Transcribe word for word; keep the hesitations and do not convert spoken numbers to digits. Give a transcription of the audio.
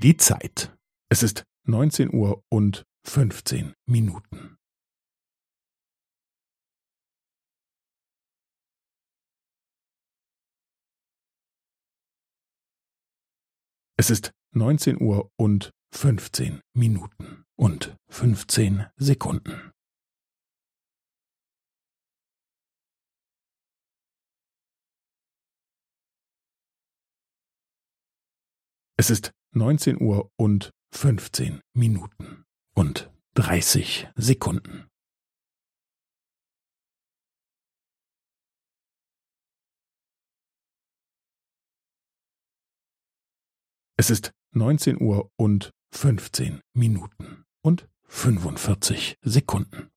Die Zeit. Es ist neunzehn Uhr und fünfzehn Minuten. Es ist neunzehn Uhr und fünfzehn Minuten und fünfzehn Sekunden. Es ist neunzehn Uhr und fünfzehn Minuten und dreißig Sekunden. Es ist neunzehn Uhr und fünfzehn Minuten und fünfundvierzig Sekunden.